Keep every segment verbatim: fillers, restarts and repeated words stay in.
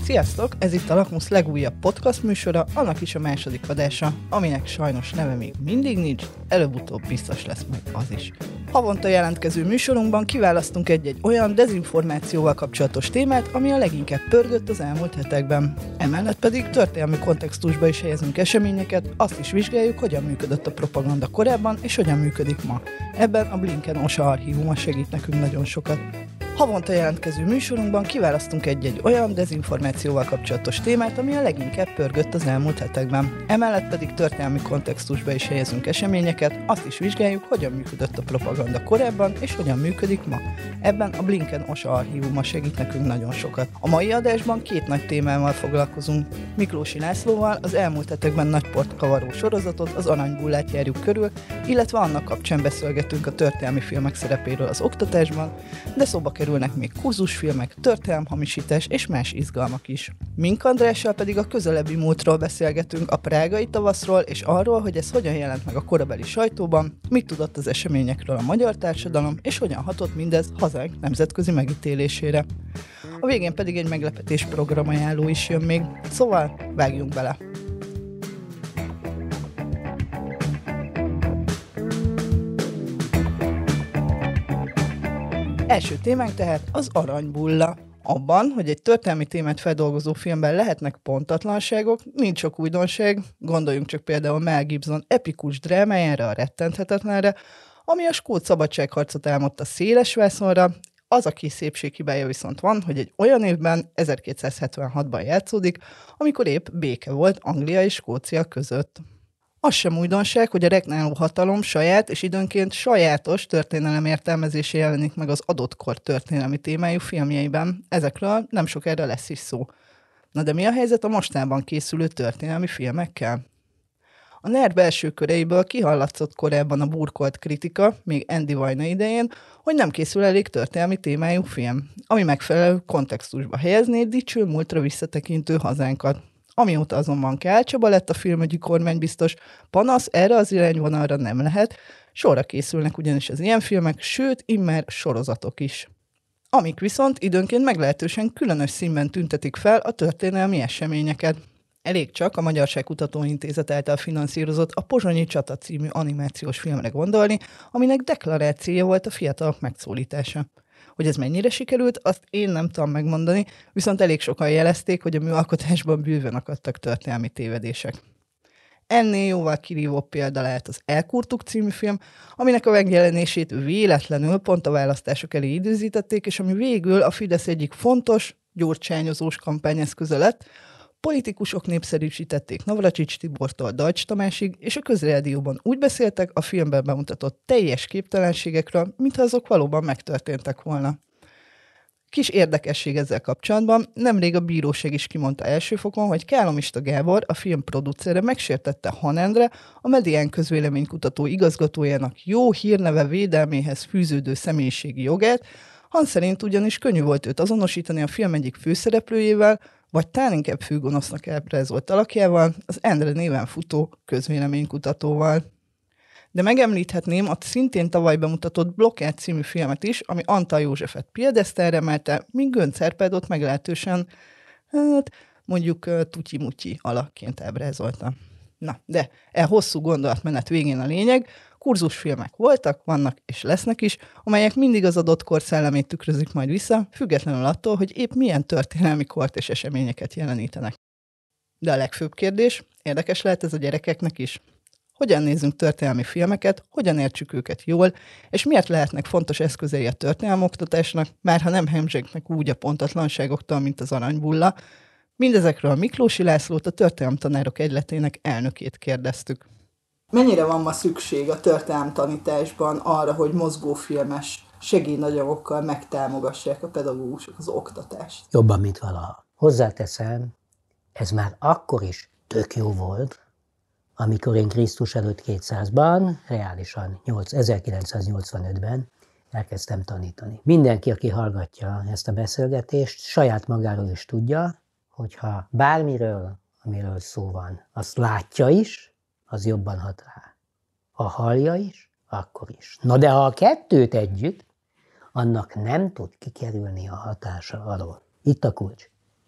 Sziasztok! Ez itt a Lakmusz legújabb podcast műsora, annak is a második adása, aminek sajnos neve még mindig nincs, előbb-utóbb biztos lesz majd az is. Havonta jelentkező műsorunkban kiválasztunk egy-egy olyan dezinformációval kapcsolatos témát, ami a leginkább pörgött az elmúlt hetekben. Emellett pedig történelmi kontextusba is helyezünk eseményeket, azt is vizsgáljuk, hogyan működött a propaganda korábban, és hogyan működik ma. Ebben a Blinken Osa archívuma segít nekünk nagyon sokat. Havonta jelentkező műsorunkban kiválasztunk egy-egy olyan dezinformációval kapcsolatos témát, ami a leginkább pörgött az elmúlt hetekben. Emellett pedig történelmi kontextusba is helyezünk eseményeket, azt is vizsgáljuk, hogyan működött a propaganda korábban, és hogyan működik ma. Ebben a Blinken Osa archívuma segít nekünk nagyon sokat. A mai adásban két nagy témával foglalkozunk. Miklósi Lászlóval az elmúlt hetekben nagy port kavaró sorozatot, az Aranybullát járjuk körül, illetve annak kapcsán beszélgetünk a történelmi filmek szerepéről az oktatásban, de szóba kerülnek még kurzusfilmek, történelemhamisítás és más izgalmak is. Mink Andrással pedig a közelebbi múltról beszélgetünk, a prágai tavaszról és arról, hogy ez hogyan jelent meg a korabeli sajtóban, mit tudott az eseményekről a magyar társadalom, és hogyan hatott mindez hazánk nemzetközi megítélésére. A végén pedig egy meglepetés programajánló is jön még, szóval vágjunk bele! Első témánk tehát az Aranybulla. Abban, hogy egy történelmi témát feldolgozó filmben lehetnek pontatlanságok, nincs sok újdonság, gondoljunk csak például Mel Gibson epikus drámájára, a Rettenthetetlenre, ami a skót szabadságharcot álmodta széles vászonra. Az a kis szépséghibája viszont van, hogy egy olyan évben, ezerkétszázhetvenhatban játszódik, amikor épp béke volt Anglia és Skócia között. Az sem újdonság, hogy a regnáló hatalom saját és időnként sajátos történelem értelmezése jelenik meg az adott kor történelmi témájú filmjeiben. Ezekről nem sokára lesz is szó. Na de mi a helyzet a mostában készülő történelmi filmekkel? A NER belső köreiből kihallatszott korábban a burkolt kritika, még Andy Vajna idején, hogy nem készül elég történelmi témájú film, ami megfelelő kontextusba helyezné dicső múltra visszatekintő hazánkat. Amióta azonban Kál Csaba lett a filmügyi kormánybiztos, panasz erre az irányvonalra nem lehet, sorra készülnek ugyanis az ilyen filmek, sőt, immár sorozatok is. Amik viszont időnként meglehetősen különös színben tüntetik fel a történelmi eseményeket. Elég csak a Magyarságkutató Intézet által finanszírozott A Pozsonyi Csata című animációs filmre gondolni, aminek deklarációja volt a fiatalok megszólítása. Hogy ez mennyire sikerült, azt én nem tudom megmondani, viszont elég sokan jelezték, hogy a műalkotásban bőven akadtak történelmi tévedések. Ennél jóval kirívóbb példa lehet az Elkurtuk című film, aminek a megjelenését véletlenül pont a választások elé időzítették, és ami végül a Fidesz egyik fontos, gyurcsányozós kampányeszköze lett. Politikusok népszerűsítették Navracsics Tibortól Deutsch Tamásig, és a közrádióban úgy beszéltek a filmben bemutatott teljes képtelenségekről, mintha azok valóban megtörténtek volna. Kis érdekesség ezzel kapcsolatban, nemrég a bíróság is kimondta elsőfokon, hogy Kálomista Gábor, a film producere megsértette Han Endre, a Medián közvéleménykutató igazgatójának jó hírneve védelméhez fűződő személyiségi jogát. Han szerint ugyanis könnyű volt őt azonosítani a film egyik főszereplőjével, vagy talán inkább főgonosznak ábrázolt alakjával, az Endre néven futó közvéleménykutatóval. De megemlíthetném a szintén tavaly bemutatott Blokkád című filmet is, ami Antal Józsefet piedesztálra emelte, míg Gönc Árpádot meglehetősen, hát mondjuk tutyi-mutyi alakként ábrázolta. Na, de e hosszú gondolatmenet végén a lényeg, kurzusfilmek voltak, vannak és lesznek is, amelyek mindig az adott kor szellemét tükrözik majd vissza, függetlenül attól, hogy épp milyen történelmi kort és eseményeket jelenítenek. De a legfőbb kérdés, érdekes lehet ez a gyerekeknek is. Hogyan nézzünk történelmi filmeket, hogyan értsük őket jól, és miért lehetnek fontos eszközei a történelmoktatásnak, már ha nem hemzsegnek úgy a pontatlanságoktól, mint az Aranybulla. Mindezekről a Miklósi Lászlót, a Történelemtanárok Egyletének elnökét kérdeztük. Mennyire van ma szükség a történelemtanításban arra, hogy mozgófilmes segédnagyagokkal megtámogassák a pedagógusok az oktatást? Jobban, mint valaha. Hozzáteszem, ez már akkor is tök jó volt, amikor én Krisztus előtt kétszázban, reálisan ezerkilencszáznyolcvanötben elkezdtem tanítani. Mindenki, aki hallgatja ezt a beszélgetést, saját magáról is tudja, hogyha bármiről, amiről szó van, azt látja is, az jobban hat rá. Ha hallja is, akkor is. Na de ha a kettőt együtt, annak nem tud kikerülni a hatása alól. Itt a kulcs.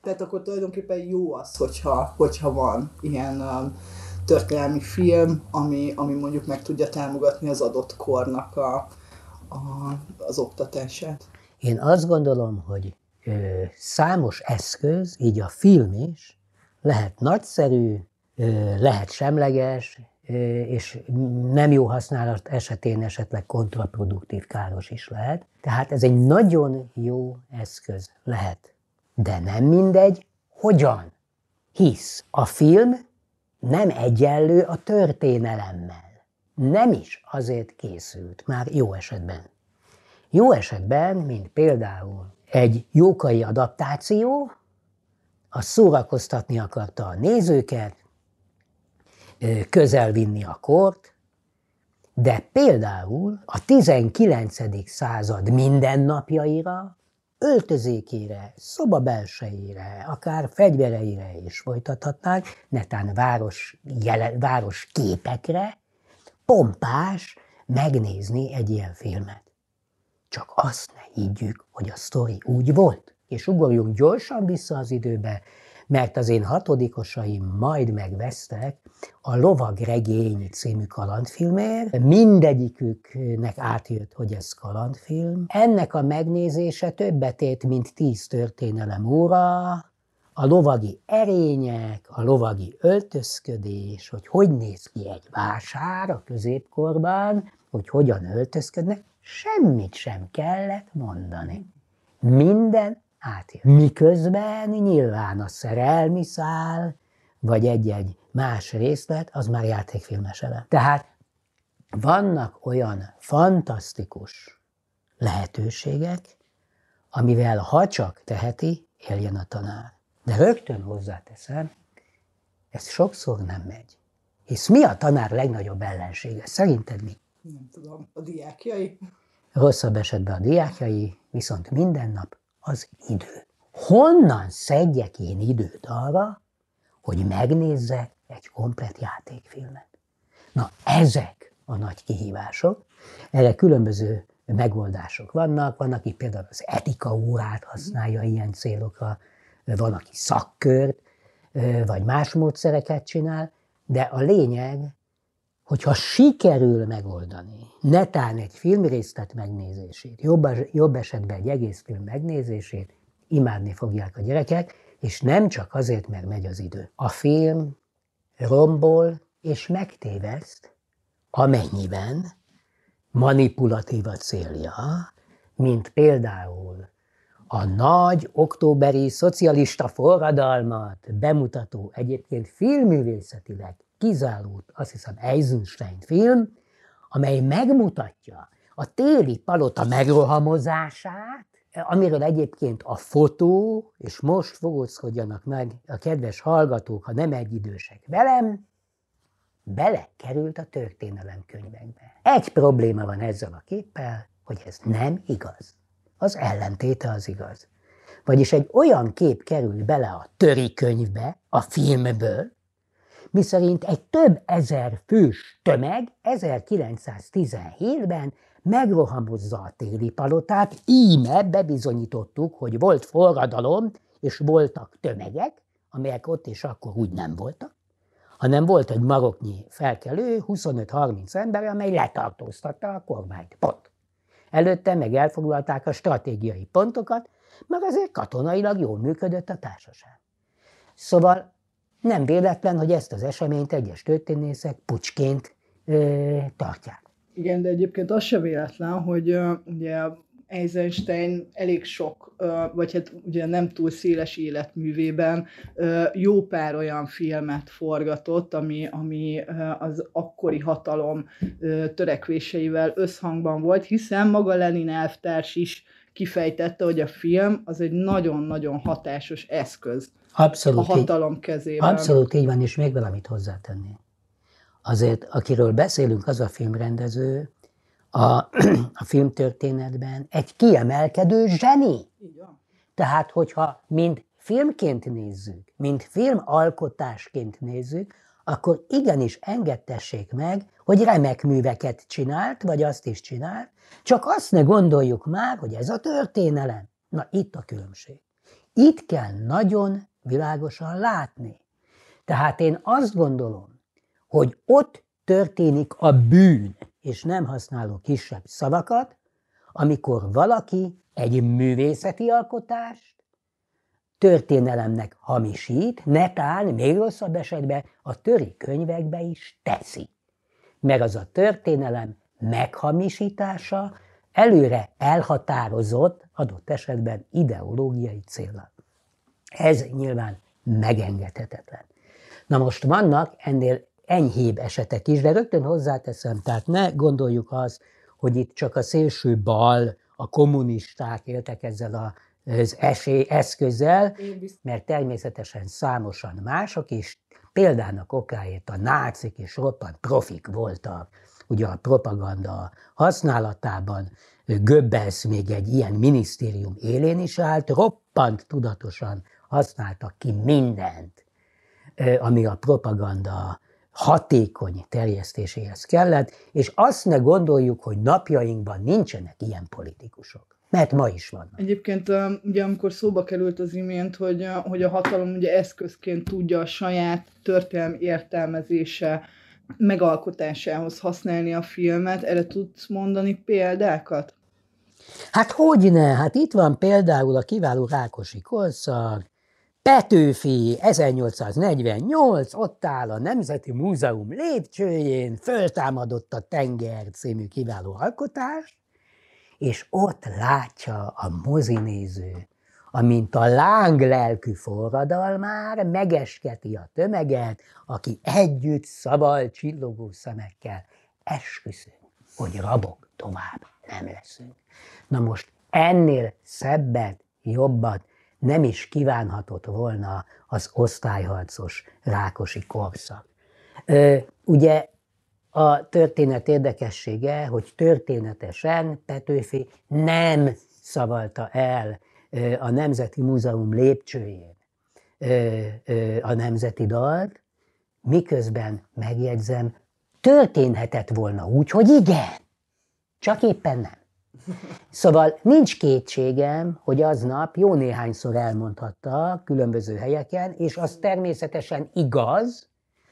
Tehát akkor tulajdonképpen jó az, hogyha, hogyha van ilyen um, történelmi film, ami, ami mondjuk meg tudja támogatni az adott kornak a, a, az oktatását. Én azt gondolom, hogy ö, számos eszköz, így a film is, lehet nagyszerű, ö, lehet semleges, ö, és nem jó használat esetén esetleg kontraproduktív, káros is lehet. Tehát ez egy nagyon jó eszköz lehet. De nem mindegy, hogyan. Hisz a film nem egyenlő a történelemmel. Nem is azért készült, már jó esetben. Jó esetben, mint például egy jókai adaptáció, az szórakoztatni akarta a nézőket, közel vinni a kort, de például a tizenkilencedik század mindennapjaira, öltözékére, szobabelsejére, akár fegyvereire is folytathatnánk, netán város, jele, város képekre, pompás megnézni egy ilyen filmet. Csak azt ne higgyük, hogy a sztori úgy volt. És ugorjunk gyorsan vissza az időbe, mert az én hatodikosaim majd megvesztek a Lovagregény című kalandfilmért. Mindegyiküknek átjött, hogy ez kalandfilm. Ennek a megnézése többet ért, mint tíz történelem óra. A lovagi erények, a lovagi öltözködés, hogy hogy néz ki egy vásár a középkorban, hogy hogyan öltözködnek, semmit sem kellett mondani. Minden átjön. Miközben nyilván a szerelmi szál, vagy egy-egy más részlet, az már játékfilmes elem. Tehát vannak olyan fantasztikus lehetőségek, amivel ha csak teheti, éljen a tanár. De rögtön hozzáteszem, ez sokszor nem megy. Hisz mi a tanár legnagyobb ellensége? Szerinted mi? Nem tudom, a diákjai? Rosszabb esetben a diákjai, viszont minden nap az idő. Honnan szedjek én időt arra, hogy megnézzek egy komplett játékfilmet? Na, ezek a nagy kihívások, erre különböző megoldások vannak, van, aki például az etika órát használja ilyen célokra, van, aki szakkört, vagy más módszereket csinál, de a lényeg, hogyha sikerül megoldani, netán egy filmrészlet megnézését, jobb, jobb esetben egy egész film megnézését, imádni fogják a gyerekek, és nem csak azért, mert megy az idő. A film rombol és megtéveszt, amennyiben manipulatív a célja, mint például a nagy októberi szocialista forradalmat bemutató, egyébként filmművészetileg kizárult, azt hiszem Eisenstein film, amely megmutatja a téli palota megrohamozását, amiről egyébként a fotó, és most fogózkodjanak meg a kedves hallgatók, ha nem egyidősek velem, belekerült a történelemkönyvekbe. Egy probléma van ezzel a képpel, hogy ez nem igaz. Az ellentéte az igaz. Vagyis egy olyan kép kerül bele a törikönyvbe, a filmből, miszerint egy több ezer fős tömeg ezerkilencszáztizenhétben megrohamozza a téli palotát, íme bebizonyítottuk, hogy volt forradalom, és voltak tömegek, amelyek ott és akkor úgy nem voltak, hanem volt egy maroknyi felkelő, huszonöt-harminc ember, amely letartóztatta a kormányt. Pont. Előtte meg elfoglalták a stratégiai pontokat, mert azért katonailag jól működött a társaság. Szóval nem véletlen, hogy ezt az eseményt egyes történészek puccsként ö, tartják. Igen, de egyébként az se véletlen, hogy uh, ugye Eisenstein elég sok, uh, vagy hát ugye nem túl széles életművében uh, jó pár olyan filmet forgatott, ami, ami uh, az akkori hatalom uh, törekvéseivel összhangban volt, hiszen maga Lenin elvtárs is kifejtette, hogy a film az egy nagyon-nagyon hatásos eszköz Abszolút a hatalom így, kezében. Abszolút így van, és még valamit hozzátenni. Azért, akiről beszélünk, az a filmrendező, a, a filmtörténetben egy kiemelkedő zseni. Tehát, hogyha mind filmként nézzük, mind filmalkotásként nézzük, akkor igenis engedtessék meg, hogy remek műveket csinált, vagy azt is csinált, csak azt ne gondoljuk már, hogy ez a történelem. Na, itt a különbség. Itt kell nagyon világosan látni. Tehát én azt gondolom, hogy ott történik a bűn, és nem használok kisebb szavakat, amikor valaki egy művészeti alkotást történelemnek hamisít, netán, még rosszabb esetben a töri könyvekbe is teszi. Mert az a történelem meghamisítása előre elhatározott, adott esetben ideológiai céllal. Ez nyilván megengedhetetlen. Na most vannak ennél enyhébb esetek is, de rögtön hozzáteszem, tehát ne gondoljuk azt, hogy itt csak a szélső bal, a kommunisták éltek ezzel az esély, eszközzel, mert természetesen számosan mások is, példának okáért a nácik is roppant profik voltak, ugye a propaganda használatában. Goebbels még egy ilyen minisztérium élén is állt, roppant tudatosan használtak ki mindent, ami a propaganda hatékony terjesztéséhez kellett, és azt ne gondoljuk, hogy napjainkban nincsenek ilyen politikusok, mert ma is vannak. Egyébként ugye amikor szóba került az imént, hogy, hogy a hatalom ugye eszközként tudja a saját történelmi értelmezése megalkotásához használni a filmet, erre tudsz mondani példákat? Hát hogyne, hát itt van például a kiváló Rákosi korszak, Petőfi ezernyolcszáznegyvennyolc, ott áll a Nemzeti Múzeum lépcsőjén, Föltámadott a tenger című kiváló alkotás, és ott látja a mozinéző, amint a lánglelkű forradalmár megesketi a tömeget, aki együtt szaval csillogó szemekkel esküszünk, hogy rabok tovább nem leszünk. Na most ennél szebbet, jobbat nem is kívánhatott volna az osztályharcos Rákosi korszak. Ö, ugye a történet érdekessége, hogy történetesen Petőfi nem szavalta el ö, a Nemzeti Múzeum lépcsőjén ö, ö, a nemzeti dalt, miközben, megjegyzem, történhetett volna úgy, hogy igen, csak éppen nem. Szóval nincs kétségem, hogy aznap jó néhányszor elmondhatta különböző helyeken, és az természetesen igaz,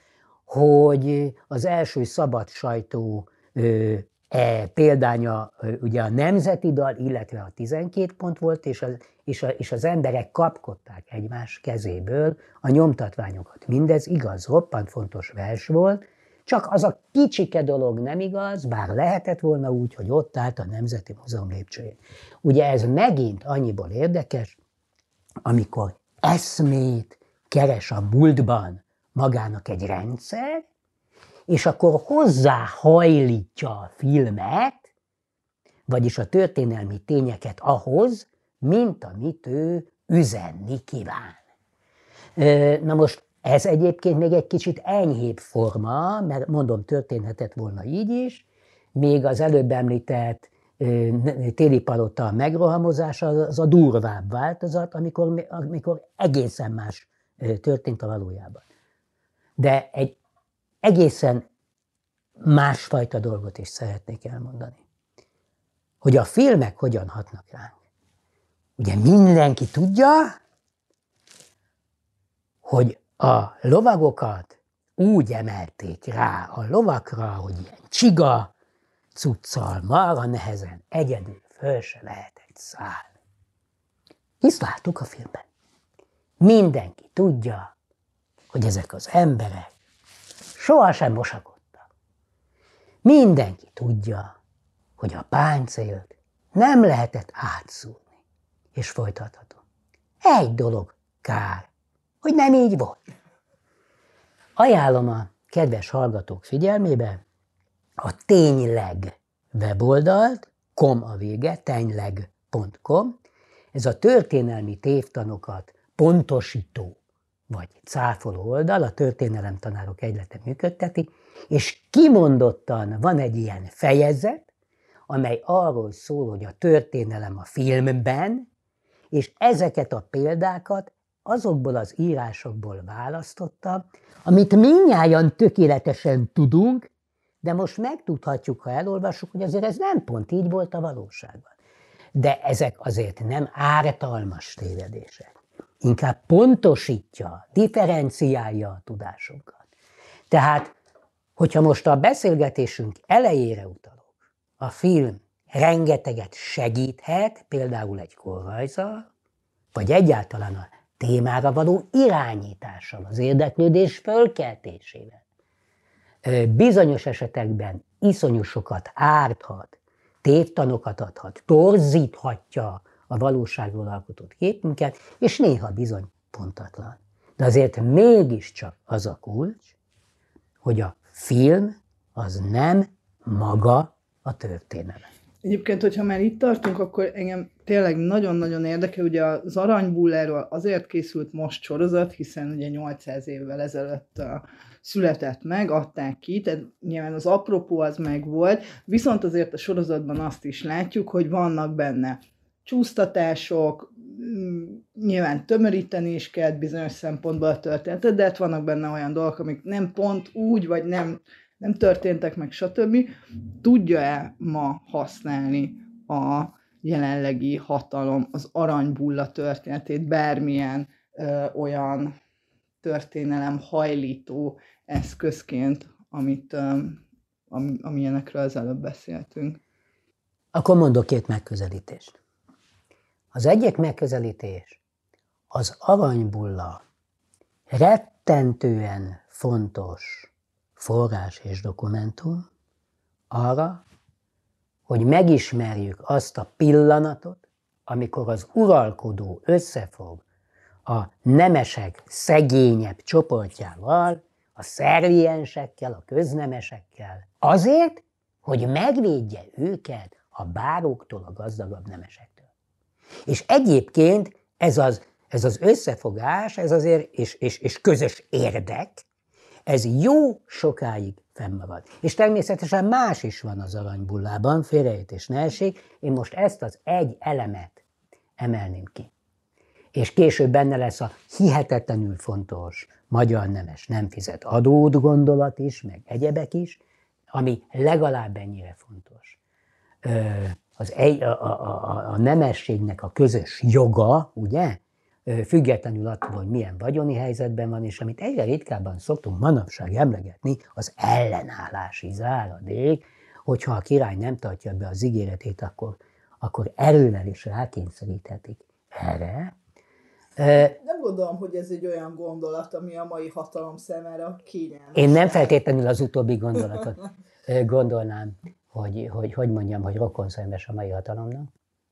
hogy az első szabad sajtó e, példánya ugye a nemzeti dal, illetve a tizenkét pont volt, és az, és, a, és az emberek kapkodták egymás kezéből a nyomtatványokat. Mindez igaz, roppant fontos vers volt, csak az a kicsike dolog nem igaz, bár lehetett volna úgy, hogy ott állt a Nemzeti Múzeum lépcsőjén. Ugye ez megint annyiból érdekes, amikor eszmét keres a múltban magának egy rendszer, és akkor hozzáhajlítja a filmet, vagyis a történelmi tényeket ahhoz, mint amit ő üzenni kíván. Na most ez egyébként még egy kicsit enyhébb forma, mert mondom, történhetett volna így is, még az előbb említett Téli Palota megrohamozása az a durvább változat, amikor, amikor egészen más történt a valójában. De egy egészen másfajta dolgot is szeretnék elmondani. Hogy a filmek hogyan hatnak ránk. Ugye mindenki tudja, hogy a lovagokat úgy emelték rá a lovakra, hogy ilyen csiga cuccal, marra nehezen, egyedül föl se lehetett szállni. Hisz láttuk a filmben. Mindenki tudja, hogy ezek az emberek sohasem mosakodtak. Mindenki tudja, hogy a páncélt nem lehetett átszúrni, és folytathatom. Egy dolog kár, hogy nem így volt. Ajánlom a kedves hallgatók figyelmébe a Tényleg weboldalt, com a vége, tényleg pont com. Ez a történelmi tévtanokat pontosító vagy cáfoló oldal, a Történelemtanárok Egylete működteti, és kimondottan van egy ilyen fejezet, amely arról szól, hogy a történelem a filmben, és ezeket a példákat azokból az írásokból választottam, amit mindnyájan tökéletesen tudunk, de most megtudhatjuk, ha elolvassuk, hogy azért ez nem pont így volt a valóságban. De ezek azért nem ártalmas tévedések. inkább pontosítja, differenciálja a tudásunkat. Tehát, hogyha most a beszélgetésünk elejére utalok, a film rengeteget segíthet, például egy korrajzzal, vagy egyáltalán a témára való irányítással, az érdeklődés fölkeltésével. Bizonyos esetekben iszonyú sokat árthat, tévtanokat adhat, torzíthatja a valóságról alkotott képünket, és néha bizony pontatlan. De azért mégiscsak az a kulcs, hogy a film az nem maga a történelem. Egyébként, hogyha már itt tartunk, akkor engem tényleg nagyon-nagyon érdekel, ugye az Aranybulláról azért készült most sorozat, hiszen ugye nyolcszáz évvel ezelőtt uh, született meg, adták ki, tehát nyilván az apropó az meg volt, viszont azért a sorozatban azt is látjuk, hogy vannak benne csúsztatások, nyilván tömöríteni is kell bizonyos szempontból a történetet, de hát vannak benne olyan dolgok, amik nem pont úgy, vagy nem, nem történtek meg, stb. Tudja-e ma használni a jelenlegi hatalom az Aranybulla történetét bármilyen ö, olyan történelem hajlító eszközként, amit, ö, am, amilyenekről az előbb beszéltünk? Akkor mondok két megközelítést. Az egyik megközelítés az Aranybulla rettentően fontos forrás és dokumentum arra, hogy megismerjük azt a pillanatot, amikor az uralkodó összefog a nemesek szegényebb csoportjával, a szerviensekkel, a köznemesekkel, azért, hogy megvédje őket a báróktól, a gazdagabb nemesektől. És egyébként ez az, ez az összefogás, ez azért, és, és, és közös érdek, ez jó sokáig fennmarad. És természetesen más is van az Aranybullában, félreértés ne essék, én most ezt az egy elemet emelném ki. És később benne lesz a hihetetlenül fontos magyar nemes nem fizet adót gondolat is, meg egyebek is, ami legalább ennyire fontos. Az egy, a, a, a, a nemességnek a közös joga, ugye, függetlenül attól, hogy milyen vagyoni helyzetben van, és amit egyre ritkábban szoktunk manapság emlegetni, az ellenállási záradék, hogyha a király nem tartja be az ígéretét, akkor, akkor erővel is rákényszeríthetik erre. Nem gondolom, hogy ez egy olyan gondolat, ami a mai hatalom számára kényelmes. Én nem feltétlenül az utóbbi gondolatot gondolnám, hogy, hogy hogy mondjam, hogy rokonszenves a mai hatalomnak,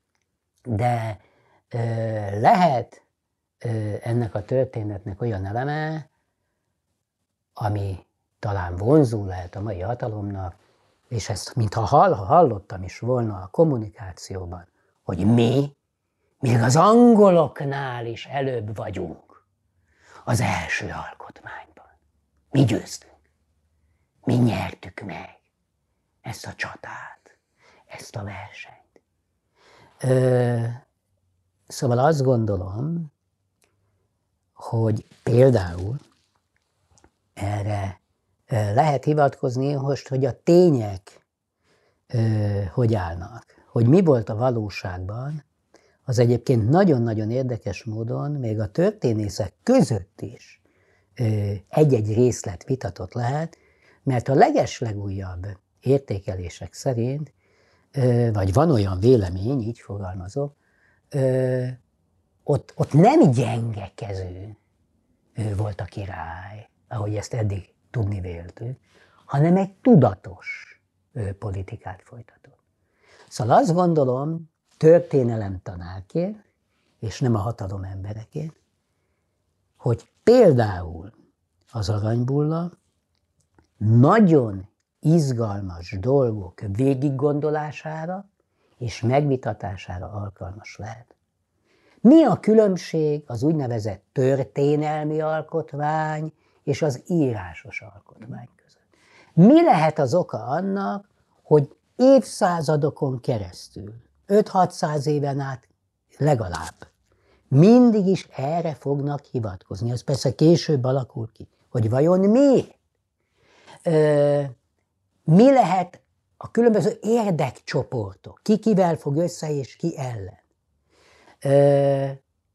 de ö, lehet ö, ennek a történetnek olyan eleme, ami talán vonzó lehet a mai hatalomnak, és ezt mintha hall, hallottam is volna a kommunikációban, hogy mi, még az angoloknál is előbb vagyunk az első alkotmányban. Mi győztünk, mi nyertük meg ezt a csatát, ezt a versenyt. Ö, szóval azt gondolom, hogy például erre lehet hivatkozni most, hogy a tények ö, hogy állnak, hogy mi volt a valóságban, az egyébként nagyon-nagyon érdekes módon még a történészek között is ö, egy-egy részlet vitatott lehet, mert a legeslegújabb értékelések szerint, ö, vagy van olyan vélemény, így fogalmazok, ö, ott, ott nem gyengekező volt a király, ahogy ezt eddig tudni véltük, hanem egy tudatos politikát folytatott. Szóval azt gondolom, történelem tanárként, és nem a hatalom embereként, hogy például az Aranybulla nagyon izgalmas dolgok végiggondolására és megvitatására alkalmas lehet. Mi a különbség az úgynevezett történelmi alkotmány és az írásos alkotmány között? Mi lehet az oka annak, hogy évszázadokon keresztül, öt-hatszáz éven át legalább, mindig is erre fognak hivatkozni. Az persze később alakul ki, hogy vajon miért? Ö, mi lehet a különböző érdekcsoportok, ki kivel fog össze és ki ellen? Ö,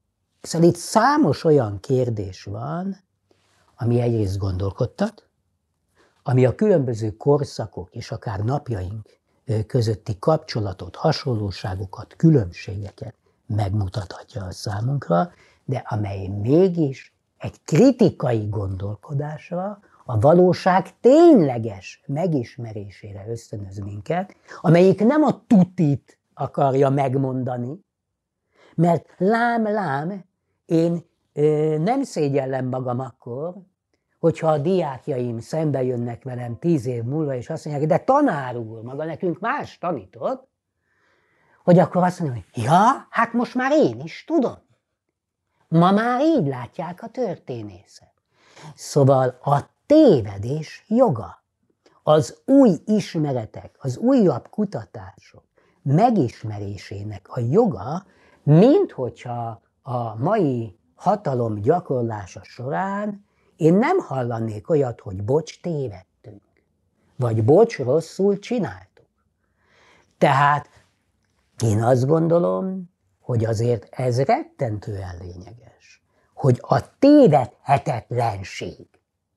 Szóval itt számos olyan kérdés van, ami egyrészt gondolkodtat, ami a különböző korszakok és akár napjaink közötti kapcsolatot, hasonlóságokat, különbségeket megmutathatja a számunkra, de amely mégis egy kritikai gondolkodásra, a valóság tényleges megismerésére ösztönöz minket, amelyik nem a tutit akarja megmondani, mert lám-lám, én ö, nem szégyellem magam akkor, hogyha a diákjaim szembe jönnek velem tíz év múlva, és azt mondják, de tanár úr, maga nekünk más tanított, hogy akkor azt mondom, hogy ja, hát most már én is tudom. Ma már így látják a történészet. Szóval a tévedés joga, az új ismeretek, az újabb kutatások megismerésének a joga, mint hogyha a mai hatalom gyakorlása során én nem hallanék olyat, hogy bocs, tévedtünk, vagy bocs, rosszul csináltuk. Tehát én azt gondolom, hogy azért ez rettentően lényeges, hogy a tévedhetetlenség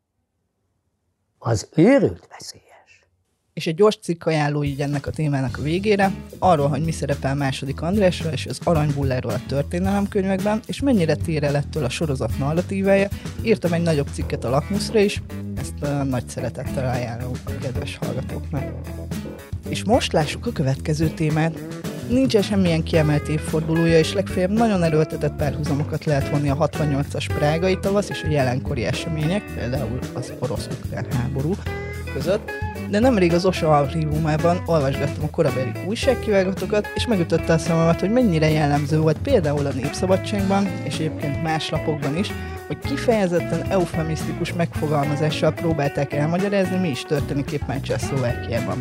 az őrült veszélyes. És egy gyors cikk ajánló így ennek a témának a végére, arról, hogy mi szerepel Második Andrásról és az Aranybulláról a történelemkönyvekben, és mennyire tér el ettől a sorozat narratívája, írtam egy nagyobb cikket a Lakmuszra is, ezt uh, nagy szeretettel ajánlom a kedves hallgatóknak. És most lássuk a következő témát. Nincsen semmilyen kiemelt évfordulója, és legfeljebb nagyon erőltetett párhuzamokat lehet vonni a hatvannyolcas prágai tavasz és a jelenkori események, például az orosz-ukrán háború között, de nemrég az o es á archívumában olvasgattam a korabeli újságkivágatokat, és megütötte a szememet, hogy mennyire jellemző volt például a Népszabadságban, és egyébként más lapokban is, hogy kifejezetten eufemisztikus megfogalmazással próbálták elmagyarázni, mi is történik éppen Csehszlovákiában.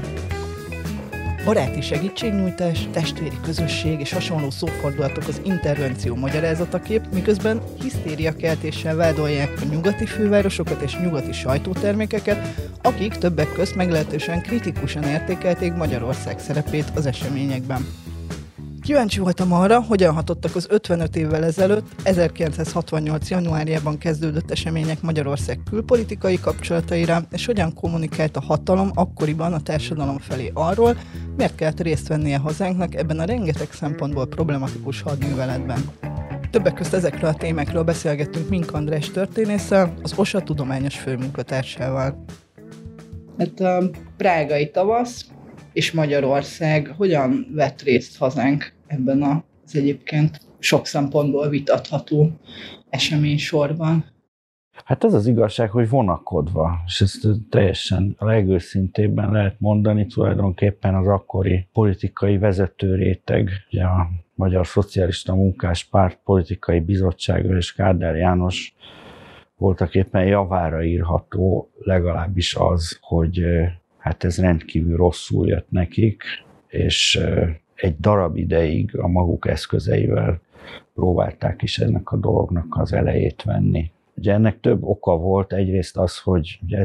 Baráti segítségnyújtás, testvéri közösség és hasonló szófordulatok az intervenció magyarázataképp, miközben hisztériakeltéssel vádolják a nyugati fővárosokat és nyugati sajtótermékeket, akik többek közt meglehetősen kritikusan értékelték Magyarország szerepét az eseményekben. Kíváncsi voltam arra, hogyan hatottak az ötvenöt évvel ezelőtt, ezerkilencszázhatvannyolc januárjában kezdődött események Magyarország külpolitikai kapcsolataira, és hogyan kommunikált a hatalom akkoriban a társadalom felé arról, miért kellett részt vennie hazánknak ebben a rengeteg szempontból problematikus hadműveletben. Többek közt ezekről a témákról beszélgettünk Mink András történésszel, az o es á tudományos főmunkatársával. Hát a prágai tavasz és Magyarország hogyan vett részt hazánk ebben az egyébként sok szempontból vitatható eseménysorban? Hát az az igazság, hogy vonakodva, és ezt teljesen a legőszintébben lehet mondani, tulajdonképpen az akkori politikai vezetőréteg, ugye a Magyar Szocialista Munkáspárt politikai bizottsága és Kádár János voltak éppen javára írható, legalábbis az, hogy hát ez rendkívül rosszul jött nekik, és egy darab ideig a maguk eszközeivel próbálták is ennek a dolognak az elejét venni. Ugye ennek több oka volt, egyrészt az, hogy ugye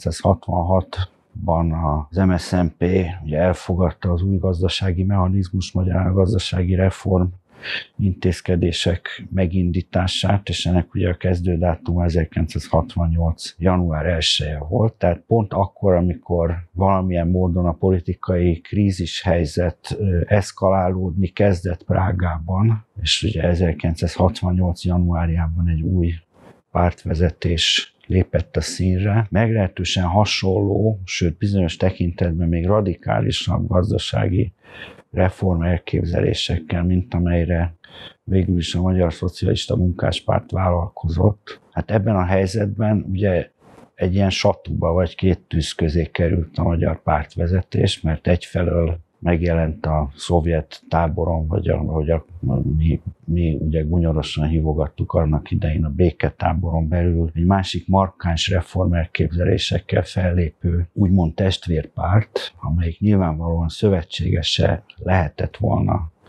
ezerkilencszázhatvanhatban az em es zé en pé ugye elfogadta az új gazdasági mechanizmus, magyar gazdasági reform intézkedések megindítását, és ennek ugye a kezdődátuma ezerkilencszázhatvannyolc január elseje volt, tehát pont akkor, amikor valamilyen módon a politikai krízis helyzet eszkalálódni kezdett Prágában, és ugye ezerkilencszázhatvannyolc januárjában egy új pártvezetés lépett a színre, meglehetősen hasonló, sőt bizonyos tekintetben még radikálisabb gazdasági reform elképzelésekkel, mint amelyre végül is a Magyar Szocialista Munkáspárt vállalkozott. Hát ebben a helyzetben ugye egy ilyen satuba vagy két tűz közé került a magyar pártvezetés, mert egyfelől megjelent a szovjet táboron, vagy ahogy a, mi, mi ugye gunyorosan hívogattuk annak idején a béketáboron belül, egy másik markáns reformelképzelésekkel fellépő úgymond testvérpárt, amelyik nyilvánvalóan szövetségese lehetett volna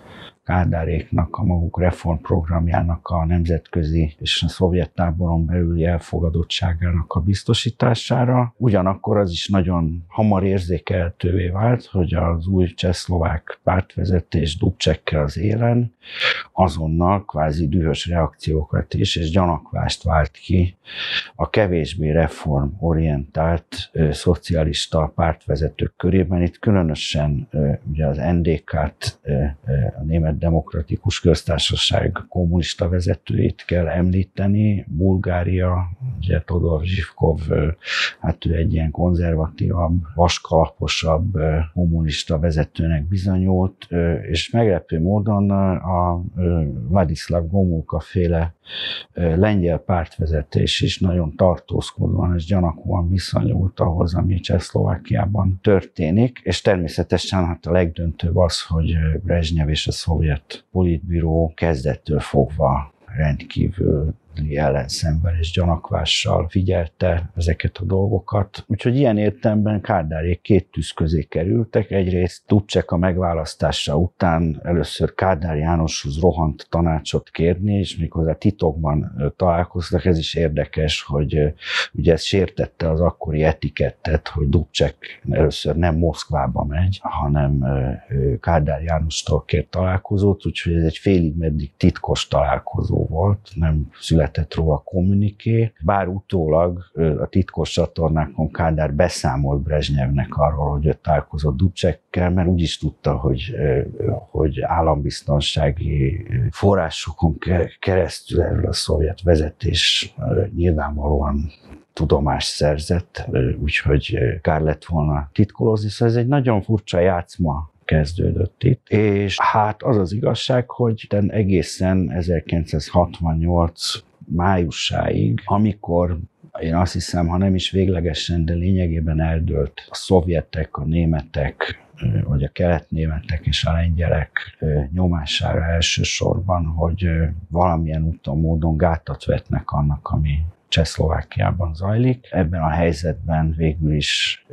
Kádáréknak, a maguk reformprogramjának a nemzetközi és a szovjet táboron belüli elfogadottságának a biztosítására. Ugyanakkor az is nagyon hamar érzékelhetővé vált, hogy az új csehszlovák pártvezetés Dubčekkel az élen azonnal kvázi dühös reakciókat is és gyanakvást vált ki a kevésbé reformorientált ö, szocialista pártvezetők körében. Itt különösen ö, ugye az en dé ká-t, ö, ö, a Német Demokratikus Köztársaság kommunista vezetőit kell említeni. Bulgária, ugye Todor Zsivkov, ö, hát ő egy ilyen konzervatívabb, vaskalaposabb ö, kommunista vezetőnek bizonyult, ö, és meglepő módon a Vladislav Gomulka féle lengyel pártvezetés is nagyon tartózkodóan és gyanakúan viszonyult ahhoz, ami Csehszlovákiában történik, és természetesen hát a legdöntőbb az, hogy Brezsnyev és a szovjet politbíró kezdettől fogva rendkívül ellenszemben és gyanakvással figyelte ezeket a dolgokat. Úgyhogy ilyen értelemben Kádárék két tűz közé kerültek. Egyrészt Dubček a megválasztása után először Kádár Jánoshoz rohant tanácsot kérni, és méghozzá titokban találkoztak. Ez is érdekes, hogy ugye ez sértette az akkori etikettet, hogy Dubček először nem Moszkvába megy, hanem Kádár Jánostól kér találkozót, úgyhogy ez egy félig meddig titkos találkozó volt, nem született született róla kommuniké, bár utólag a titkos csatornákon Kádár beszámolt Brezsnyevnek arról, hogy ő találkozott Dubčekkel, mert úgy is tudta, hogy, hogy állambiztonsági forrásokon keresztül erről a szovjet vezetés nyilvánvalóan tudomást szerzett, úgyhogy kár lett volna titkolozni. Szóval ez egy nagyon furcsa játszma kezdődött itt, és hát az az igazság, hogy egészen ezerkilencszázhatvannyolc májusáig, amikor én azt hiszem, ha nem is véglegesen, de lényegében eldőlt a szovjetek, a németek, vagy a keletnémetek és a lengyelek nyomására elsősorban, hogy valamilyen úton, módon gátat vetnek annak, ami Csehszlovákiában zajlik. Ebben a helyzetben végül is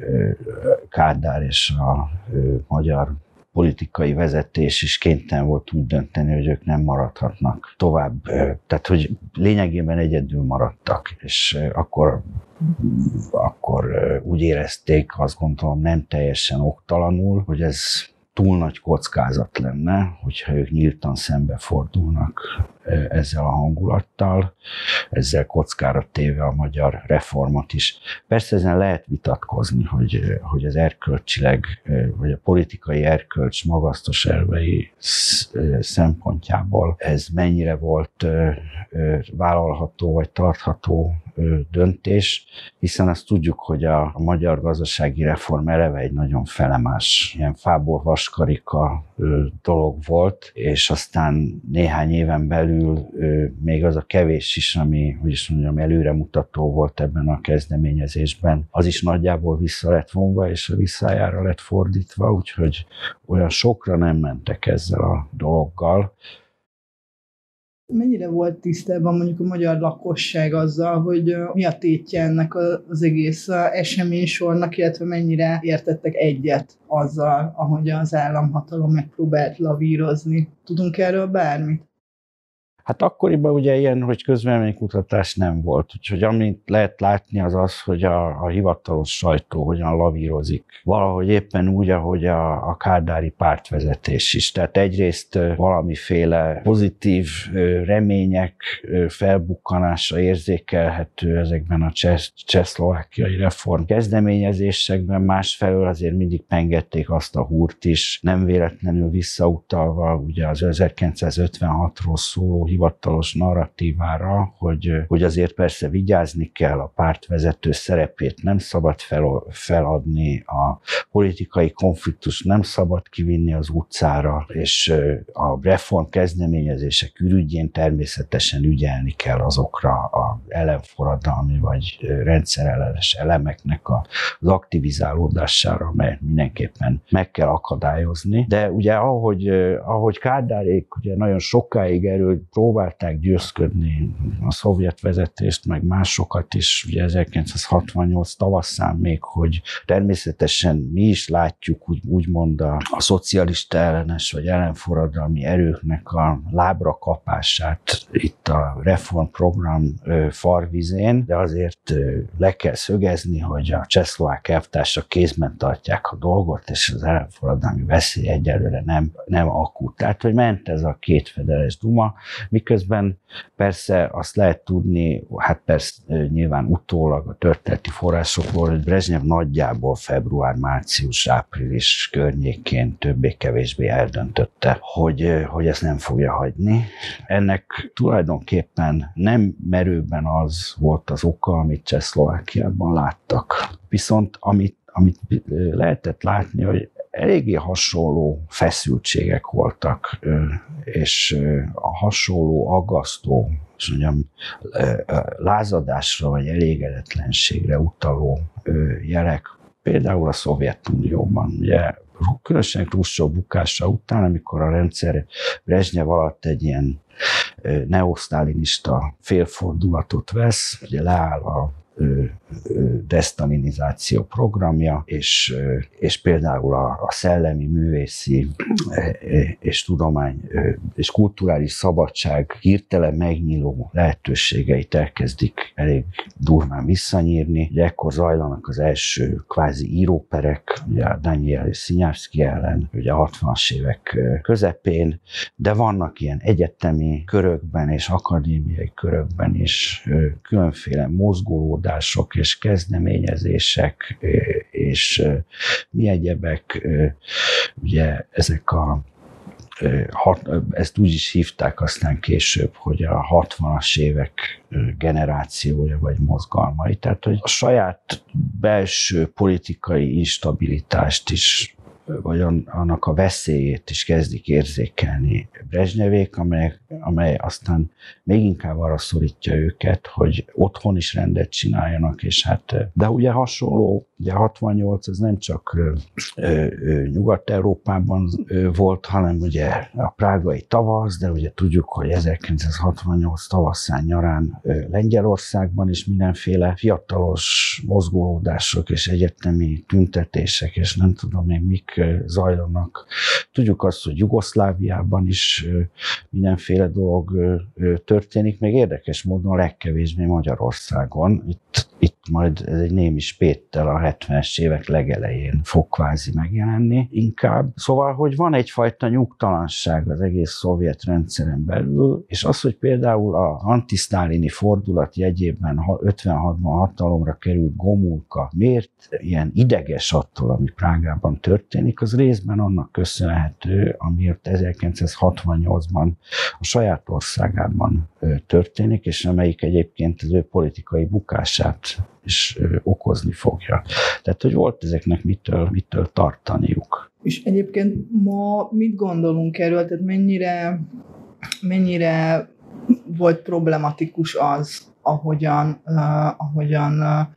Kádár és a magyar politikai vezetés is kénytelen volt úgy dönteni, hogy ők nem maradhatnak tovább. Tehát, hogy lényegében egyedül maradtak, és akkor, akkor úgy érezték, azt gondolom nem teljesen oktalanul, hogy ez túl nagy kockázat lenne, hogyha ők nyíltan szembefordulnak ezzel a hangulattal, ezzel kockára téve a magyar reformot is. Persze ezen lehet vitatkozni, hogy, hogy az erkölcsileg, vagy a politikai erkölcs magasztos elvei szempontjából ez mennyire volt vállalható, vagy tartható döntés, hiszen azt tudjuk, hogy a magyar gazdasági reform eleve egy nagyon felemás, ilyen fából vaskarika dolog volt, és aztán néhány éven belül még az a kevés is, ami, hogy is mondjam, előremutató volt ebben a kezdeményezésben, az is nagyjából vissza lett vonva, és a visszájára lett fordítva, úgyhogy olyan sokra nem mentek ezzel a dologgal. Mennyire volt tisztában mondjuk a magyar lakosság azzal, hogy mi a tétje ennek az egész eseménysornak, illetve mennyire értettek egyet azzal, ahogy az államhatalom megpróbált lavírozni? Tudunk erről bármit? Hát akkoriban ugye ilyen, hogy közvéleménykutatás nem volt, úgyhogy amit lehet látni az az, hogy a, a hivatalos sajtó hogyan lavírozik. Valahogy éppen úgy, ahogy a, a kádári pártvezetés is. Tehát egyrészt valamiféle pozitív remények felbukkanása érzékelhető ezekben a csehszlovákiai reform kezdeményezésekben, másfelől azért mindig pengették azt a húrt is, nem véletlenül visszautalva ugye az ezerkilencszázötvenhatról szóló hivatalos narratívára, hogy, hogy azért persze vigyázni kell, a pártvezető szerepét nem szabad fel, feladni, a politikai konfliktus nem szabad kivinni az utcára, és a reform kezdeményezések ürügyén természetesen ügyelni kell azokra az ellenforradalmi vagy rendszerellenes elemeknek az aktivizálódására, amelyet mindenképpen meg kell akadályozni. De ugye ahogy, ahogy Kádárék ugye nagyon sokáig erről próbálják próbálták győzködni a szovjet vezetést, meg másokat is, ugye ezerkilencszázhatvannyolc tavaszán még, hogy természetesen mi is látjuk úgy, úgymond a, a szocialista ellenes vagy ellenforradalmi erőknek a lábra kapását itt a reformprogram farvizén, de azért le kell szögezni, hogy a csehszlovák elvtársak kézben tartják a dolgot, és az ellenforradalmi veszély egyelőre nem, nem akut. Tehát, hogy ment ez a két Fedeles Duma, miközben persze azt lehet tudni, hát persze nyilván utólag a történeti forrásokból, hogy Brezsnyev nagyjából február, március, április környékén többé-kevésbé eldöntötte, hogy, hogy ezt nem fogja hagyni. Ennek tulajdonképpen nem merőben az volt az oka, amit Csehszlovákiában láttak. Viszont amit, amit lehetett látni, hogy eléggé hasonló feszültségek voltak, és a hasonló aggasztó, és mondjam, lázadásra vagy elégedetlenségre utaló jelek, például a Szovjetunióban. Ugye, különösen Hruscsov bukása után, amikor a rendszer Brezsnyev alatt egy ilyen neosztálinista félfordulatot vesz, ugye leáll a desztalinizáció programja, és, és például a, a szellemi, művészi és tudomány és kulturális szabadság hirtelen megnyíló lehetőségeit elkezdik elég durván visszanyírni. Ugye ekkor zajlanak az első kvázi íróperek, ugye a Daniel és Szinyárszky ellen, ugye a hatvanas évek közepén, de vannak ilyen egyetemi körökben és akadémiai körökben is különféle mozgolódások és kezdeményezések, és mi egyebek, ugye ezek a ezt úgy is hívták aztán később, hogy a hatvanas évek generációja vagy mozgalmai. Tehát, hogy a saját belső politikai instabilitást is, vagy annak a veszélyét is kezdik érzékelni Brezsnyevék, amely, amely aztán még inkább arra szorítja őket, hogy otthon is rendet csináljanak, és hát, de ugye hasonló, ugye hatvannyolc, ez nem csak ö, ö, Nyugat-Európában ö, volt, hanem ugye a prágai tavasz, de ugye tudjuk, hogy ezerkilencszázhatvannyolc tavaszán, nyarán ö, Lengyelországban is mindenféle fiatalos mozgolódások és egyetemi tüntetések, és nem tudom még mik zajlanak. Tudjuk azt, hogy Jugoszláviában is mindenféle dolog történik, még érdekes módon a legkevésbé Magyarországon. Itt, itt majd ez egy némi spéttel a hetvenes évek legelején fog kvázi megjelenni inkább. Szóval, hogy van egyfajta nyugtalanság az egész szovjet rendszeren belül, és az, hogy például a antisztálini fordulat jegyében ötvenhatban hatalomra került Gomulka miért ilyen ideges attól, ami Prágában történik, az részben annak köszönhető, amiért ezerkilencszázhatvannyolcban a saját országában történik, és amelyik egyébként az ő politikai bukását is okozni fogja. Tehát, hogy volt ezeknek mitől, mitől tartaniuk. És egyébként ma mit gondolunk erről? Tehát mennyire, mennyire volt problematikus az, ahogyan, uh, ahogyan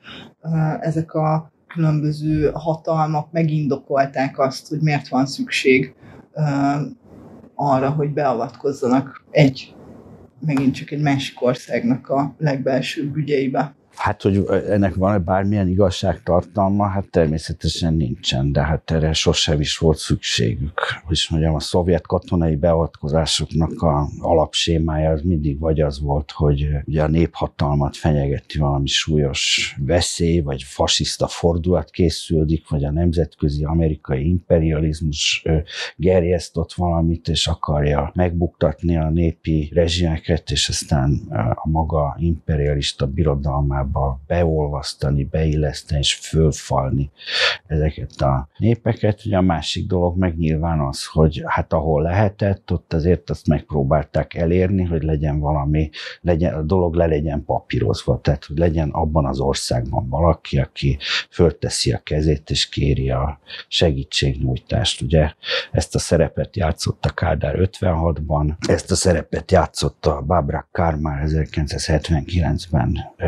uh, ezek a különböző hatalmak megindokolták azt, hogy miért van szükség uh, arra, hogy beavatkozzanak egy, megint csak egy másik országnak a legbelsőbb ügyeibe. Hát, hogy ennek van bármilyen igazságtartalma, hát természetesen nincsen, de hát erre sosem is volt szükségük. Hogy mondjam, a szovjet katonai beavatkozásoknak a alapsémája az mindig vagy az volt, hogy ugye a néphatalmat fenyegeti valami súlyos veszély, vagy fasiszta fordulat készüldik, vagy a nemzetközi amerikai imperializmus gerjesztott valamit, és akarja megbuktatni a népi rezsimeket, és aztán a maga imperialista birodalmába beolvasztani, beilleszteni és fölfalni ezeket a népeket. Ugye a másik dolog meg nyilván az, hogy hát ahol lehetett, ott azért azt megpróbálták elérni, hogy legyen valami, legyen, a dolog le legyen papírozva, tehát hogy legyen abban az országban valaki, aki fölteszi a kezét és kéri a segítségnyújtást. Ugye ezt a szerepet játszott a Kádár ötvenhatban, ezt a szerepet játszott a Babrak Kármán ezerkilencszázhetvenkilencben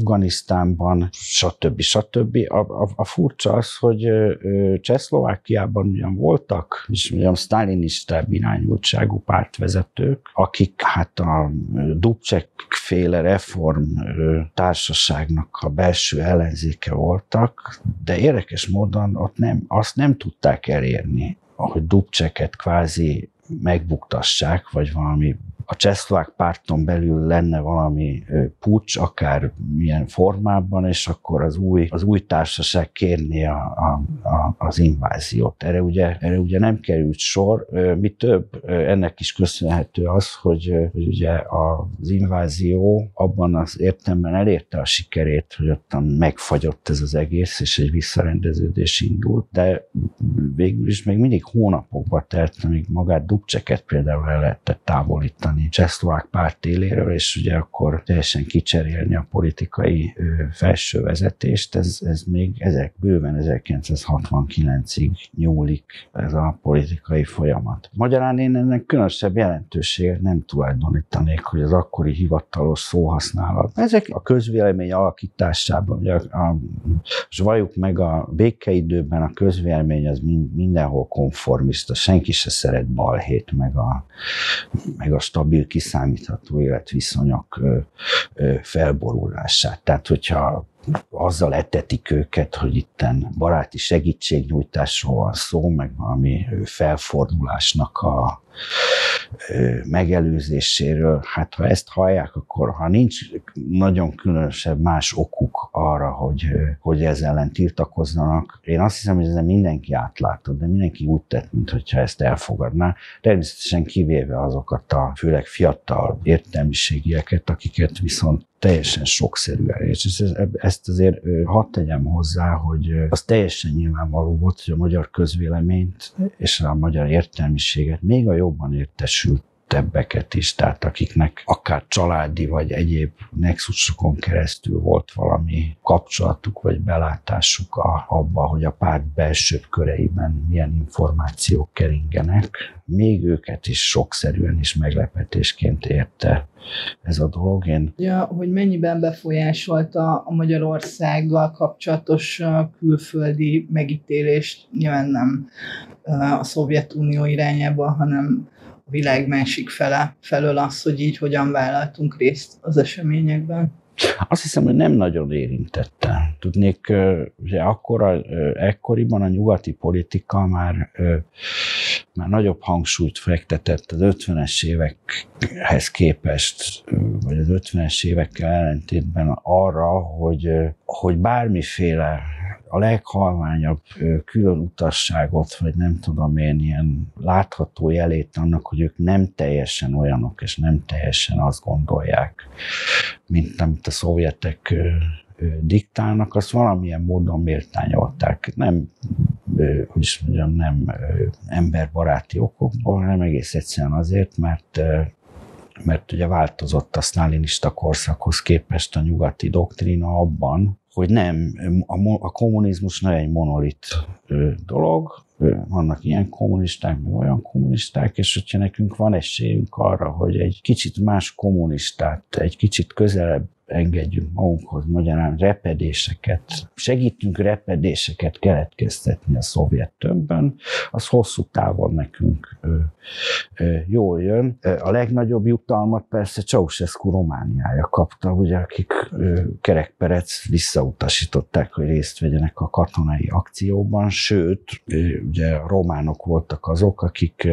Afganisztánban, stb. stb. A, a, a furcsa az, hogy Csehszlovákiában ugyan voltak, és ugyan sztálinistább irányultságú pártvezetők, akik hát a Dubček-féle reform társaságnak a belső ellenzéke voltak, de érdekes módon ott nem, azt nem tudták elérni, hogy Dubčeket kvázi megbuktassák, vagy valami a csehszlovák párton belül lenne valami puccs, akár milyen formában, és akkor az új, az új társaság kérné a, a, a, az inváziót. Erre ugye, erre ugye nem került sor. Mi több, ennek is köszönhető az, hogy, hogy ugye az invázió abban az értelemben elérte a sikerét, hogy ottan megfagyott ez az egész, és egy visszarendeződés indult, de végül is még mindig hónapokba telt, amíg magát Dubčeket például el lehetett távolítani csehszlovák párt éléről, és ugye akkor teljesen kicserélni a politikai ö, felső vezetést. Ez, ez még ezek, bőven ezerkilencszázhatvankilencig nyúlik ez a politikai folyamat. Magyarán én ennek különösebb jelentőséget nem tulajdonítanék, hogy az akkori hivatalos szóhasználat. Ezek a közvélemény alakításában, ugye a, a, és valljuk meg, a békeidőben a közvélemény az mind, mindenhol konformista, senki se szeret balhét, meg a, meg a stabil, kiszámítható életviszonyok ö, ö, felborulását. Tehát, hogyha azzal etetik őket, hogy itten baráti segítségnyújtásról van szó, meg valami felfordulásnak a megelőzéséről. Hát ha ezt hallják, akkor ha nincs nagyon különösebb más okuk arra, hogy, hogy ezzel ellen tiltakozzanak, én azt hiszem, hogy ezen mindenki átlátott, de mindenki úgy tett, mintha ezt elfogadná. Természetesen kivéve azokat a főleg fiatal értelmiségieket, akiket viszont teljesen sokszerűen. És ezt azért hadd tegyem hozzá, hogy az teljesen nyilvánvaló volt, hogy a magyar közvéleményt és a magyar értelmiséget még a jobban értesültebbeket is, tehát akiknek akár családi vagy egyéb nexusokon keresztül volt valami kapcsolatuk vagy belátásuk a, abba, hogy a párt belsőbb köreiben milyen információk keringenek, még őket is sokszerűen is meglepetésként érte ez a dolog. Én... Ja, hogy mennyiben befolyásolta a Magyarországgal kapcsolatos külföldi megítélést, nyilván nem a Szovjetunió irányába, hanem a világ másik fele, felől az, hogy így hogyan vállaltunk részt az eseményekben. Azt hiszem, hogy nem nagyon érintette. Tudnék, ugye akkora, ekkoriban a nyugati politika már, már nagyobb hangsúlyt fektetett az ötvenes évekhez képest, vagy az ötvenes évekkel ellentétben arra, hogy, hogy bármiféle a leghalványabb külön utasságot, vagy nem tudom én, ilyen látható jelét annak, hogy ők nem teljesen olyanok, és nem teljesen azt gondolják, mint amit a szovjetek diktálnak, azt valamilyen módon méltányolták. Nem, hogy is mondjam, nem emberbaráti okokból, hanem egész egyszerűen azért, mert mert ugye változott a sztálinista korszakhoz képest a nyugati doktrína abban, hogy nem, a, a kommunizmus nem egy monolit dolog, vannak ilyen kommunisták, meg olyan kommunisták, és hogyha nekünk van esélyünk arra, hogy egy kicsit más kommunistát, egy kicsit közelebb engedjünk magunkhoz, magyarán repedéseket, segítünk repedéseket keletkeztetni a szovjet tömbben, az hosszú távon nekünk ö, ö, jól jön. A legnagyobb jutalmat persze Ceausescu Romániája kapta, ugye, akik ö, Kerekperec visszautasították, hogy részt vegyenek a katonai akcióban, sőt, ö, ugye a románok voltak azok, akik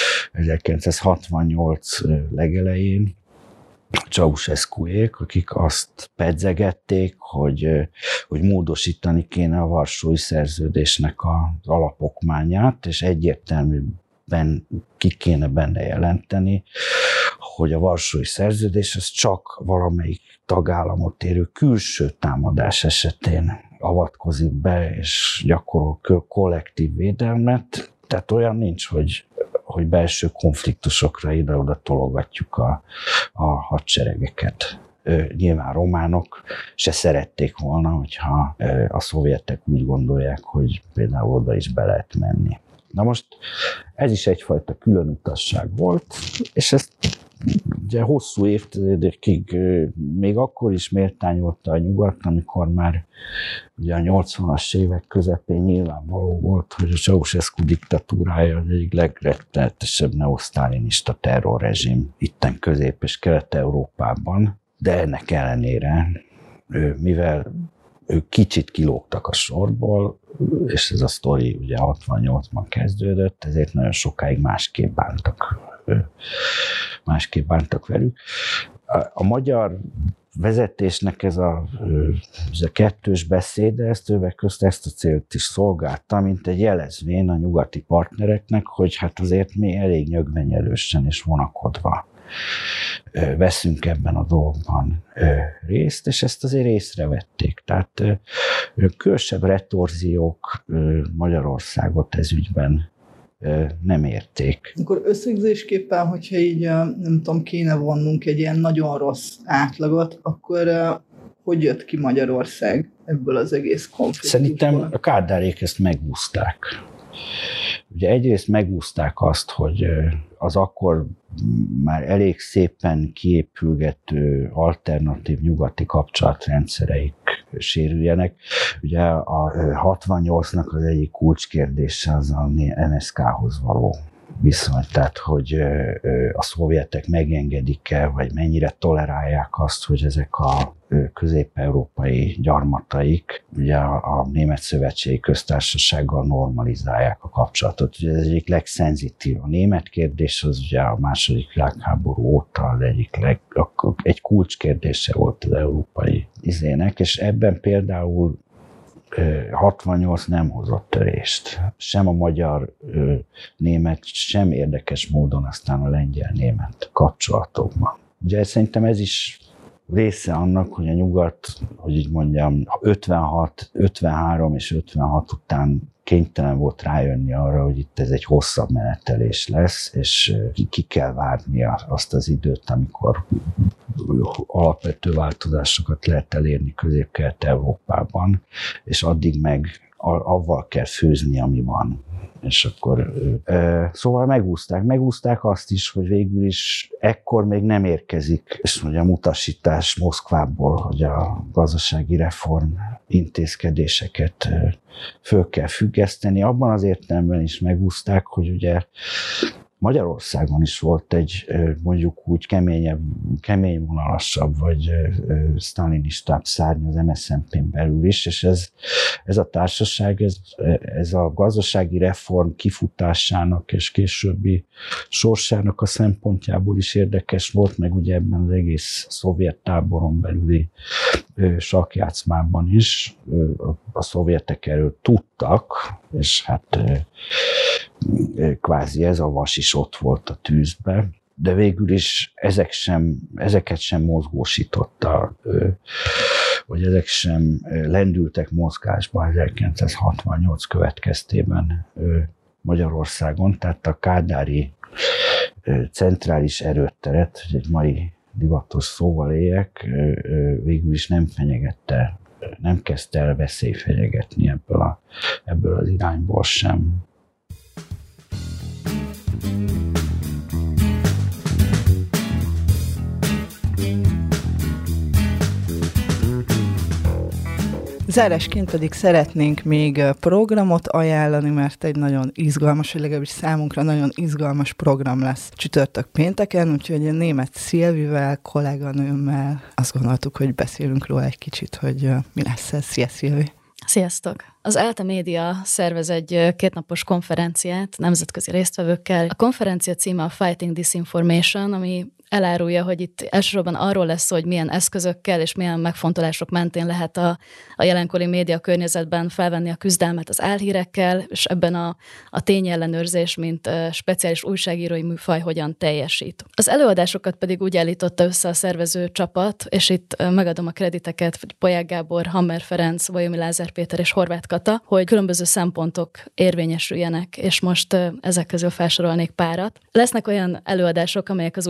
ezerkilencszázhatvannyolc legelején Ceausescuék, akik azt pedzegették, hogy, hogy módosítani kéne a Varsói Szerződésnek az alapokmányát, és egyértelműen ki kéne benne jelenteni, hogy a Varsói Szerződés az csak valamelyik tagállamot érő külső támadás esetén avatkozik be, és gyakorol kollektív védelmet. Tehát olyan nincs, hogy hogy belső konfliktusokra ide-oda tologatjuk a, a hadseregeket. Nyilván románok se szerették volna, hogyha a szovjetek úgy gondolják, hogy például oda is be lehet menni. Na most ez is egyfajta külön utasság volt, és ezt ugye hosszú évtizedekig még akkor is méltányolta a nyugat, amikor már ugye a nyolcvanas évek közepén nyilvánvaló volt, hogy a Ceausescu diktatúrája az egyik legrettenetesebb neosztálinista terrorrezsim itten Közép- és Kelet-Európában, de ennek ellenére, mivel ők kicsit kilógtak a sorból, és ez a sztori ugye hatvannyolcban kezdődött, ezért nagyon sokáig másképp bántak, másképp bántak velük. A magyar vezetésnek ez a, ez a kettős beszéde, ez többek közt ezt a célt is szolgálta, mint egy jelezvén a nyugati partnereknek, hogy hát azért mi elég nyögvenyelősen és vonakodva veszünk ebben a dologban részt, és ezt azért észrevették. Tehát különösebb retorziók Magyarországot ez ügyben nem érték. Akkor összegzésképpen, hogyha így nem tudom, kéne vonnunk egy ilyen nagyon rossz átlagot, akkor hogy jött ki Magyarország ebből az egész konfliktusból? Szerintem a Kádárék ezt megúszták. Ugye egyrészt megúszták azt, hogy az akkor már elég szépen kiépülgető alternatív nyugati kapcsolatrendszereik sérüljenek. Ugye a hatvannyolcnak az egyik kulcskérdése az a en es ká-hoz való viszony, tehát hogy a szovjetek megengedik-e, vagy mennyire tolerálják azt, hogy ezek a közép-európai gyarmataik ugye a, a Német Szövetségi Köztársasággal normalizálják a kapcsolatot. Ugye ez egyik legszenzitív. A német kérdés az ugye a második világháború óta az egyik leg, egy kulcskérdése volt az európai izének, és ebben például hatvannyolc nem hozott törést. Sem a magyar-német, sem érdekes módon aztán a lengyel-német kapcsolatokban. Ugye szerintem ez is része annak, hogy a nyugat, hogy így mondjam, ötvenhat, ötvenhárom és ötvenhat után kénytelen volt rájönni arra, hogy itt ez egy hosszabb menetelés lesz, és ki kell várnia azt az időt, amikor alapvető változásokat lehet elérni Közép-Kelet-Európában, és addig meg avval kell főzni, ami van. És akkor, szóval megúszták. Megúszták azt is, hogy végül is ekkor még nem érkezik, és mondja, a utasítás Moszkvából, hogy a gazdasági reform intézkedéseket föl kell függeszteni. Abban az értelemben is megúszták, hogy ugye Magyarországon is volt egy mondjuk úgy keményebb, keményvonalasabb vagy sztálinistább szárny az em es zé en pén belül is, és ez, ez a társaság, ez, ez a gazdasági reform kifutásának és későbbi sorsának a szempontjából is érdekes volt, meg ugye ebben az egész szovjet táboron belüli sakkjátszmában is. A szovjetek erről tudtak, és hát kvázi ez a vas is ott volt a tűzben, de végül is ezek sem, ezeket sem mozgósította, vagy ezek sem lendültek mozgásba ezerkilencszázhatvannyolc következtében Magyarországon, tehát a kádári centrális erőtteret, hogy egy mai divatos szóval éljek, végül is nem fenyegette, nem kezdte el veszély fenyegetni ebből, a, ebből az irányból sem. Zárásként pedig szeretnénk még programot ajánlani, mert egy nagyon izgalmas, vagy legalábbis számunkra nagyon izgalmas program lesz csütörtök pénteken, úgyhogy a Németh Szilvivel, kolléganőmmel azt gondoltuk, hogy beszélünk róla egy kicsit, hogy mi lesz ez. Szia, Szilvi! Sziasztok! Az ELTE Média szervez egy kétnapos konferenciát nemzetközi résztvevőkkel. A konferencia címe a Fighting Disinformation, ami elárulja, hogy itt elsősorban arról lesz szó, hogy milyen eszközökkel és milyen megfontolások mentén lehet a, a jelenkori média környezetben felvenni a küzdelmet az álhírekkel, és ebben a, a tényellenőrzés, mint uh, speciális újságírói műfaj hogyan teljesít. Az előadásokat pedig úgy állította össze a szervező csapat, és itt uh, megadom a krediteket, hogy Polyák Gábor, Hammer Ferenc, Bajomi Lázár Péter és Horváth Kata, hogy különböző szempontok érvényesüljenek, és most uh, ezek közül felsorolnék párat. Lesznek olyan előadások, amelyek az újságíró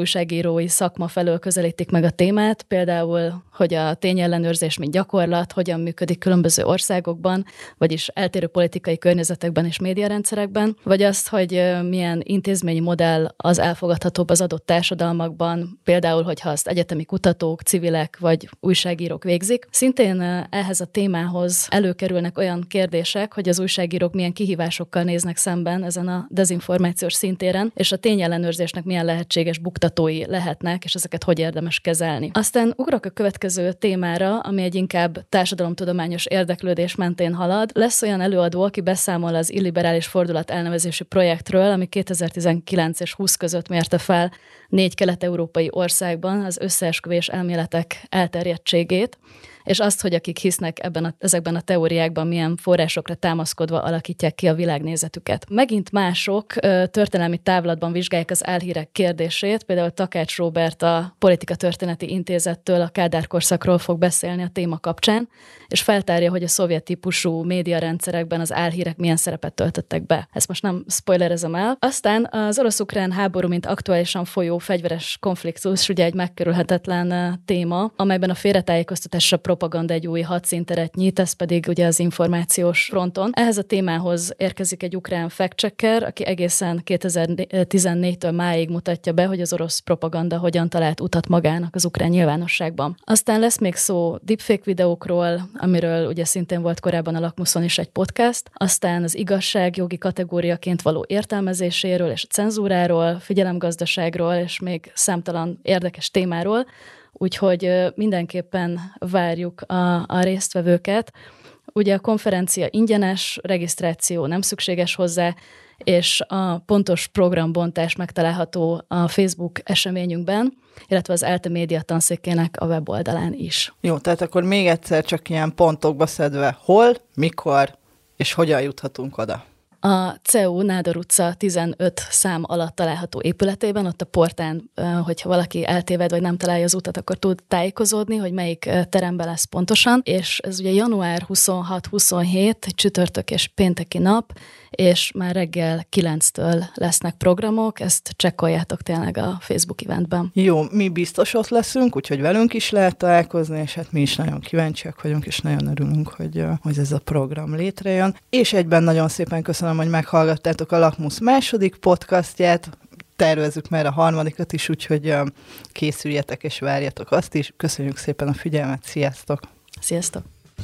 újságírói szakma felől közelítik meg a témát, például, hogy a tényellenőrzés mint gyakorlat, hogyan működik különböző országokban, vagyis eltérő politikai környezetekben és médiarendszerekben, vagy azt, hogy milyen intézményi modell az elfogadhatóbb az adott társadalmakban, például, hogyha azt egyetemi kutatók, civilek vagy újságírók végzik. Szintén ehhez a témához előkerülnek olyan kérdések, hogy az újságírók milyen kihívásokkal néznek szemben ezen a dezinformációs szintéren, és a tényellenőrzésnek milyen lehetséges buktatói lehetnek, és ezeket hogy érdemes kezelni. Aztán ugrok a következő témára, ami egy inkább társadalomtudományos érdeklődés mentén halad. Lesz olyan előadó, aki beszámol az illiberális fordulat elnevezésű projektről, ami kétezer-tizenkilenc és húsz között mérte fel négy kelet-európai országban az összeesküvés elméletek elterjedtségét, és azt, hogy akik hisznek ebben a, ezekben a teóriákban milyen forrásokra támaszkodva alakítják ki a világnézetüket. Megint mások történelmi távlatban vizsgálják az álhírek kérdését, például Takács Róbert a Politika Történeti Intézettől a Kádár korszakról fog beszélni a téma kapcsán, és feltárja, hogy a szovjet típusú médiarendszerekben az álhírek milyen szerepet töltöttek be. Ezt most nem spoilerezem el. Aztán az orosz-ukrán háború, mint aktuálisan folyó fegyveres konfliktus, ugye egy megkerülhetetlen téma, amelyben a félretájékoztatásra propaganda egy új hadszínteret nyit, ez pedig ugye az információs fronton. Ehhez a témához érkezik egy ukrán fact-checker, aki egészen kétezer-tizennégytől máig mutatja be, hogy az orosz propaganda hogyan talált utat magának az ukrán nyilvánosságban. Aztán lesz még szó deepfake videókról, amiről ugye szintén volt korábban a Lakmuszon is egy podcast, aztán az igazság jogi kategóriaként való értelmezéséről és a cenzúráról, figyelemgazdaságról és még számtalan érdekes témáról, úgyhogy mindenképpen várjuk a, a résztvevőket. Ugye a konferencia ingyenes, regisztráció nem szükséges hozzá, és a pontos programbontás megtalálható a Facebook eseményünkben, illetve az ELTE média tanszékének a weboldalán is. Jó, tehát akkor még egyszer csak ilyen pontokba szedve, hol, mikor és hogyan juthatunk oda? A cé e u Nádor utca tizenöt szám alatt található épületében, ott a portán, hogyha valaki eltéved vagy nem találja az utat, akkor tud tájékozódni, hogy melyik teremben lesz pontosan, és ez ugye január huszonhat-huszonhét, csütörtök és pénteki nap, és már reggel kilenctől lesznek programok, ezt csekkoljátok tényleg a Facebook eventben. Jó, mi biztos ott leszünk, úgyhogy velünk is lehet találkozni, és hát mi is nagyon kíváncsiak vagyunk, és nagyon örülünk, hogy, hogy ez a program létrejön. És egyben nagyon szépen köszönöm, hogy meghallgattátok a Lakmusz második podcastját, tervezzük már a harmadikat is, úgyhogy készüljetek és várjatok azt is. Köszönjük szépen a figyelmet, sziasztok! Sziasztok!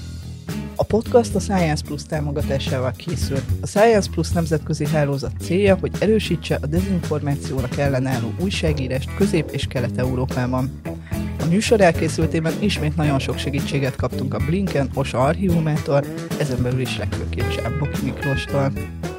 A podcast a Science Plus támogatásával készült. A Science Plus nemzetközi hálózat célja, hogy erősítse a dezinformációnak ellenálló újságírást Közép- és Kelet-Európában. A műsor elkészültében ismét nagyon sok segítséget kaptunk a Blinken Osa archívumától, ezen belül is legfőképp Csábok Miklóstól.